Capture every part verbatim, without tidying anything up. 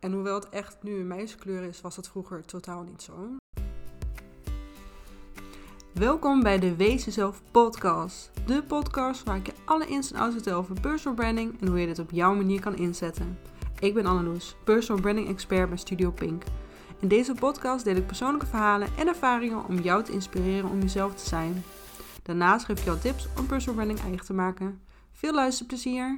En hoewel het echt nu een meisjeskleur is, was het vroeger totaal niet zo. Welkom bij de Wees Jezelf podcast. De podcast waar ik je alle ins en outs vertel over personal branding en hoe je dit op jouw manier kan inzetten. Ik ben Anneloes, personal branding expert bij Studio Pink. In deze podcast deel ik persoonlijke verhalen en ervaringen om jou te inspireren om jezelf te zijn. Daarnaast geef ik jou tips om personal branding eigen te maken. Veel luisterplezier!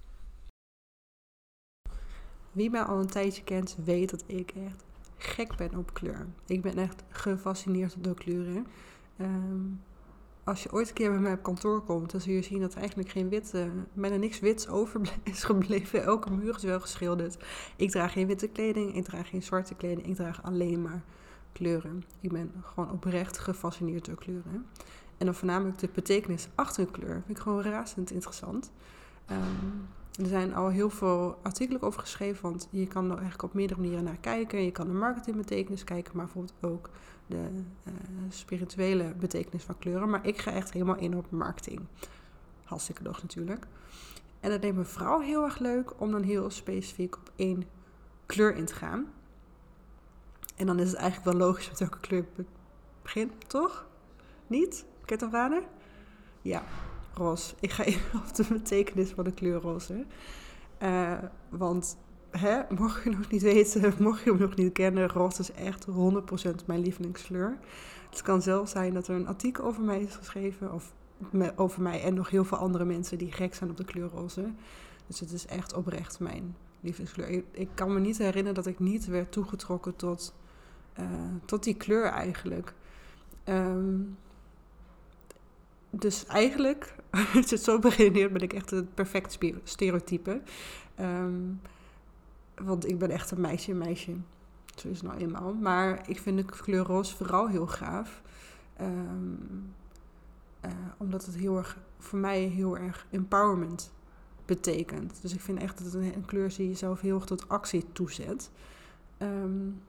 Wie mij al een tijdje kent, weet dat ik echt gek ben op kleur. Ik ben echt gefascineerd door kleuren. Um, als je ooit een keer bij mij op kantoor komt, dan zul je zien dat er eigenlijk geen wit, uh, bijna niks wits over is gebleven. Elke muur is wel geschilderd. Ik draag geen witte kleding, ik draag geen zwarte kleding, ik draag alleen maar kleuren. Ik ben gewoon oprecht gefascineerd door kleuren. En dan voornamelijk de betekenis achter een kleur. Vind ik gewoon razend interessant. Um, Er zijn al heel veel artikelen over geschreven, want je kan er eigenlijk op meerdere manieren naar kijken. Je kan de marketingbetekenis kijken, maar bijvoorbeeld ook de uh, spirituele betekenis van kleuren. Maar ik ga echt helemaal in op marketing. Hartstikke nog natuurlijk. En dat leek me vooral heel erg leuk om dan heel specifiek op één kleur in te gaan. En dan is het eigenlijk wel logisch met welke kleur ik begin, toch? Niet? Kun je het dan raden? Ja. Roze. Ik ga even op de betekenis van de kleur roze. Uh, want, hè, mocht je nog niet weten, mocht je hem nog niet kennen, roze is echt honderd procent mijn lievelingskleur. Het kan zelfs zijn dat er een artikel over mij is geschreven, of me, over mij en nog heel veel andere mensen die gek zijn op de kleur roze. Dus het is echt oprecht mijn lievelingskleur. Ik, ik kan me niet herinneren dat ik niet werd toegetrokken tot, uh, tot die kleur eigenlijk. Um, Dus eigenlijk, als je het zo beredeneert, ben ik echt het perfecte stereotype. Um, want ik ben echt een meisje, een meisje. Zo is het nou eenmaal. Maar ik vind de kleur roze vooral heel gaaf. Um, uh, omdat het heel erg, voor mij heel erg empowerment betekent. Dus ik vind echt dat het een, een kleur is die jezelf heel erg tot actie toezet. Um,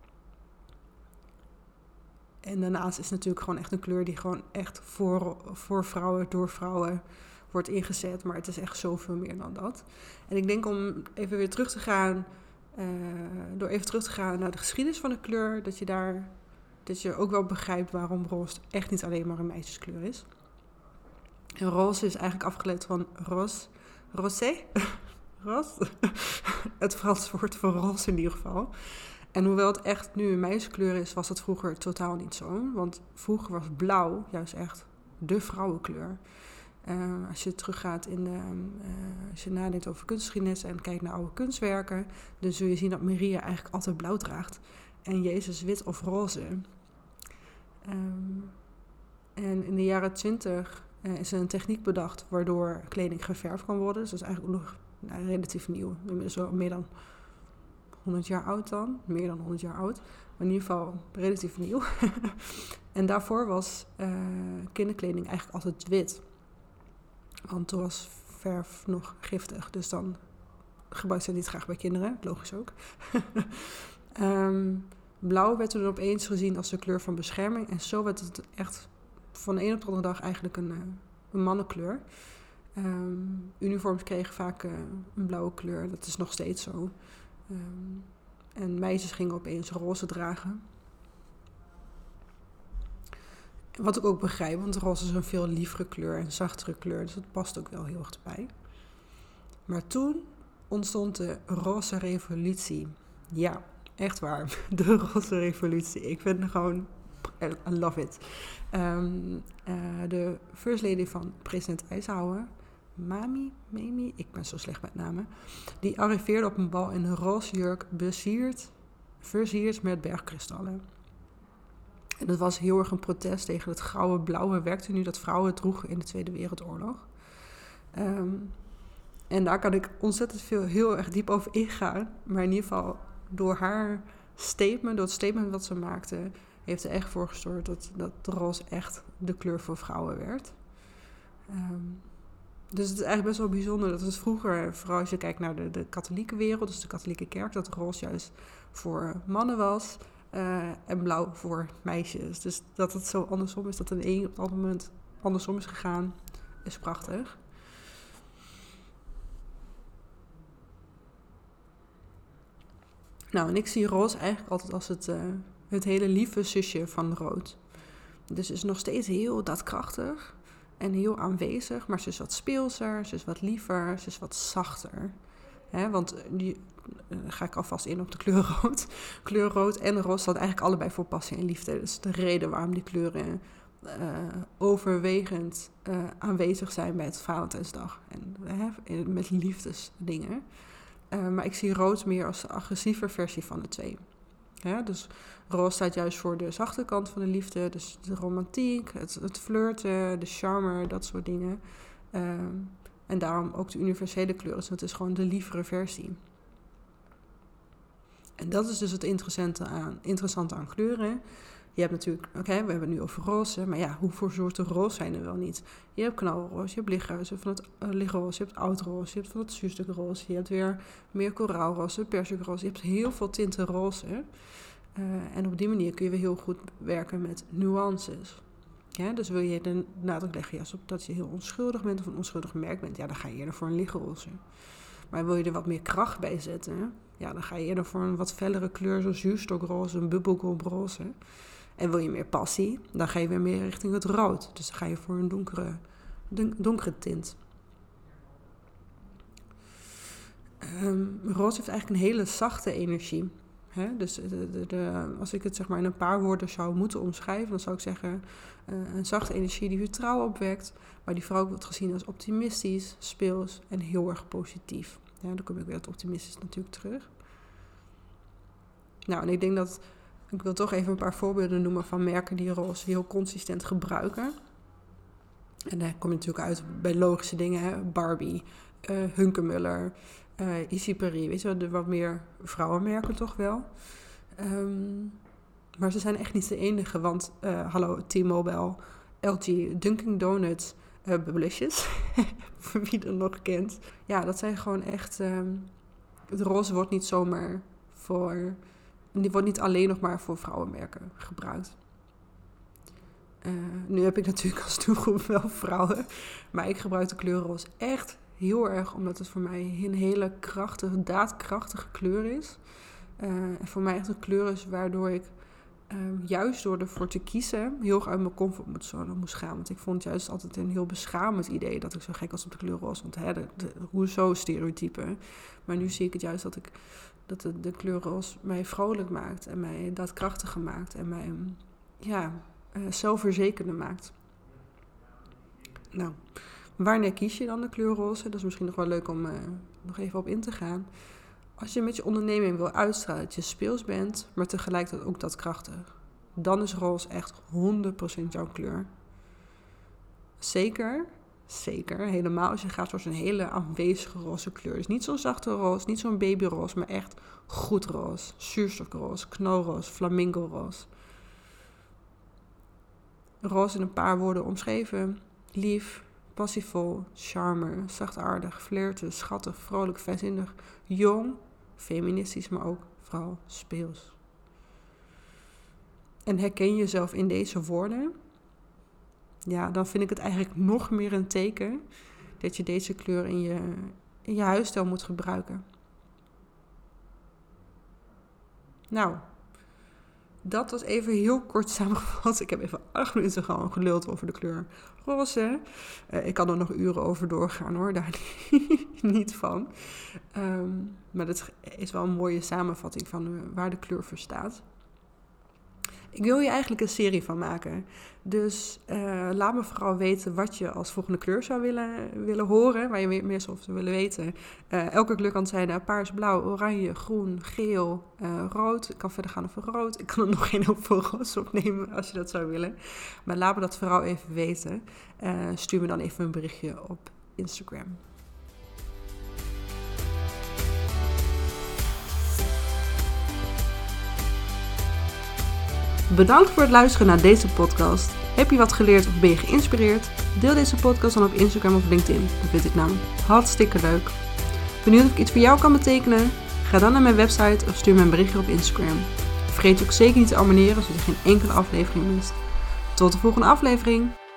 En daarnaast is het natuurlijk gewoon echt een kleur die gewoon echt voor, voor vrouwen, door vrouwen wordt ingezet. Maar het is echt zoveel meer dan dat. En ik denk om even weer terug te gaan, uh, door even terug te gaan naar de geschiedenis van de kleur, dat je daar, dat je ook wel begrijpt waarom roze echt niet alleen maar een meisjeskleur is. En roze is eigenlijk afgeleid van rose, rosé, roze, het Frans woord voor roze in ieder geval. En hoewel het echt nu een meisjeskleur is, was het vroeger totaal niet zo. Want vroeger was blauw juist echt de vrouwenkleur. Uh, als je teruggaat in de, uh, als je nadenkt over kunstgeschiedenis en kijkt naar oude kunstwerken, dan zul je zien dat Maria eigenlijk altijd blauw draagt. En Jezus wit of roze. Um, en in de jaren twintig uh, is er een techniek bedacht waardoor kleding geverfd kan worden. Dus dat is eigenlijk ook nog nou, relatief nieuw. Inmiddels wel meer dan honderd jaar oud dan, meer dan honderd jaar oud, maar in ieder geval relatief nieuw. En daarvoor was uh, kinderkleding eigenlijk altijd wit. Want toen was verf nog giftig, dus dan gebruikte ze niet graag bij kinderen, logisch ook. um, blauw werd toen opeens gezien als de kleur van bescherming en zo werd het echt van de een op de andere dag eigenlijk een, een mannenkleur. Um, uniforms kregen vaak uh, een blauwe kleur, dat is nog steeds zo. Um, en meisjes gingen opeens roze dragen. Wat ik ook begrijp, want roze is een veel lievere kleur en zachtere kleur. Dus dat past ook wel heel erg bij. Maar toen ontstond de roze revolutie. Ja, echt waar. De roze revolutie. Ik vind het gewoon, I love it. Um, uh, de first lady van president Eisenhower, Mami, Mami, ik ben zo slecht met namen. Die arriveerde op een bal in een roze jurk, besierd, versierd met bergkristallen. En dat was heel erg een protest tegen het gouden blauwe werktenu dat vrouwen droegen in de Tweede Wereldoorlog. Um, en daar kan ik ontzettend veel, heel erg diep over ingaan. Maar in ieder geval door haar statement, door het statement wat ze maakte, heeft er echt voor gezorgd dat, dat roze echt de kleur voor vrouwen werd. Um, Dus het is eigenlijk best wel bijzonder dat het vroeger, vooral als je kijkt naar de, de katholieke wereld, dus de katholieke kerk, dat roze juist voor mannen was uh, en blauw voor meisjes. Dus dat het zo andersom is, dat in één op het andere moment andersom is gegaan, is prachtig. Nou, en ik zie roze eigenlijk altijd als het, uh, het hele lieve zusje van rood. Dus het is nog steeds heel daadkrachtig en heel aanwezig, maar ze is wat speelser, ze is wat liever, ze is wat zachter. Hè, want die uh, ga ik alvast in op de kleur rood. Kleur rood en roze staat eigenlijk allebei voor passie en liefde. Dat is de reden waarom die kleuren uh, overwegend uh, aanwezig zijn bij het Valentijnsdag. En uh, met liefdesdingen. Uh, maar ik zie rood meer als de agressieve versie van de twee. Ja, dus roze staat juist voor de zachte kant van de liefde. Dus de romantiek, het, het flirten, de charme, dat soort dingen. Uh, en daarom ook de universele kleur. Dus het is gewoon de lievere versie. En dat is dus het interessante aan, interessante aan kleuren. Je hebt natuurlijk, oké, okay, we hebben het nu over roze. Maar ja, hoeveel soorten roze zijn er wel niet? Je hebt knalroze, je hebt lichtroze, je hebt van het uh, lichtroze, je hebt oudroze, je hebt van het zuurstuk roze. Je hebt weer meer koraalroze, persikroze. Je hebt heel veel tinten roze. Uh, en op die manier kun je weer heel goed werken met nuances. Ja, dus wil je de nadruk leggen juist op dat je heel onschuldig bent of een onschuldig merk bent, ja, dan ga je eerder voor een lichtroze. Maar wil je er wat meer kracht bij zetten, ja, dan ga je eerder voor een wat fellere kleur, zoals zuurstokroze, een bubblegumroze. En wil je meer passie, dan ga je weer meer richting het rood. Dus dan ga je voor een donkere, donkere tint. Um, roze heeft eigenlijk een hele zachte energie. Hè? Dus de, de, de, als ik het zeg maar in een paar woorden zou moeten omschrijven, dan zou ik zeggen uh, een zachte energie die vertrouwen opwekt, maar die vooral ook wordt gezien als optimistisch, speels en heel erg positief. Ja, dan kom ik weer het optimistisch natuurlijk terug. Nou, en ik denk dat, ik wil toch even een paar voorbeelden noemen van merken die roze heel consistent gebruiken. En daar kom je natuurlijk uit bij logische dingen, hè? Barbie, uh, Hunkemuller, uh, Issy Paris, weet je wel, de wat meer vrouwenmerken toch wel. Um, maar ze zijn echt niet de enige, want uh, hallo, T-Mobile, L G, Dunkin' Donuts, uh, Bubblicious, voor wie dat nog kent. Ja, dat zijn gewoon echt, um, het roze wordt niet zomaar voor, die wordt niet alleen nog maar voor vrouwenmerken gebruikt. Uh, nu heb ik natuurlijk als doelgroep wel vrouwen, maar ik gebruik de kleur roze echt heel erg, omdat het voor mij een hele krachtige, daadkrachtige kleur is. Uh, en voor mij echt een kleur is waardoor ik uh, juist door ervoor te kiezen heel erg uit mijn comfortzone moest gaan. Want ik vond het juist altijd een heel beschamend idee dat ik zo gek was op de kleur roze. Want hè, de, de, hoezo stereotypen. Maar nu zie ik het juist dat ik dat de, de kleur roze mij vrolijk maakt en mij daadkrachtiger maakt en mij ja, uh, zelfverzekerde maakt. Nou, wanneer kies je dan de kleur roze? Dat is misschien nog wel leuk om uh, nog even op in te gaan. Als je met je onderneming wil uitstralen dat je speels bent, maar tegelijkertijd ook dat krachtig, dan is roze echt honderd procent jouw kleur. Zeker, zeker, helemaal als je gaat voor zo'n hele aanwezige roze kleur. Dus niet zo'n zachte roze, niet zo'n babyroze, maar echt goed roze, zuurstofroze, knalroze, flamingo-roze. Roze in een paar woorden omschreven: lief, passievol, charmer, zachtaardig, flirten, schattig, vrolijk, fijnzinnig, jong, feministisch, maar ook vooral speels. En herken je jezelf in deze woorden? Ja, dan vind ik het eigenlijk nog meer een teken dat je deze kleur in je, in je huisstijl moet gebruiken. Nou, dat was even heel kort samengevat. Ik heb even acht minuten gewoon geluld over de kleur roze. Uh, ik kan er nog uren over doorgaan hoor, daar niet van. Um, maar dat is wel een mooie samenvatting van uh, waar de kleur voor staat. Ik wil je eigenlijk een serie van maken. Dus uh, laat me vooral weten wat je als volgende kleur zou willen, willen horen. Waar je meer, meer over zou willen weten. Uh, elke kleur kan zijn uh, paars, blauw, oranje, groen, geel, uh, rood. Ik kan verder gaan over rood. Ik kan er nog geen heel veel roze opnemen als je dat zou willen. Maar laat me dat vooral even weten. Uh, stuur me dan even een berichtje op Instagram. Bedankt voor het luisteren naar deze podcast. Heb je wat geleerd of ben je geïnspireerd? Deel deze podcast dan op Instagram of LinkedIn. Dat vind ik namelijk hartstikke leuk. Benieuwd of ik iets voor jou kan betekenen? Ga dan naar mijn website of stuur me een berichtje op Instagram. Vergeet ook zeker niet te abonneren, zodat je geen enkele aflevering mist. Tot de volgende aflevering!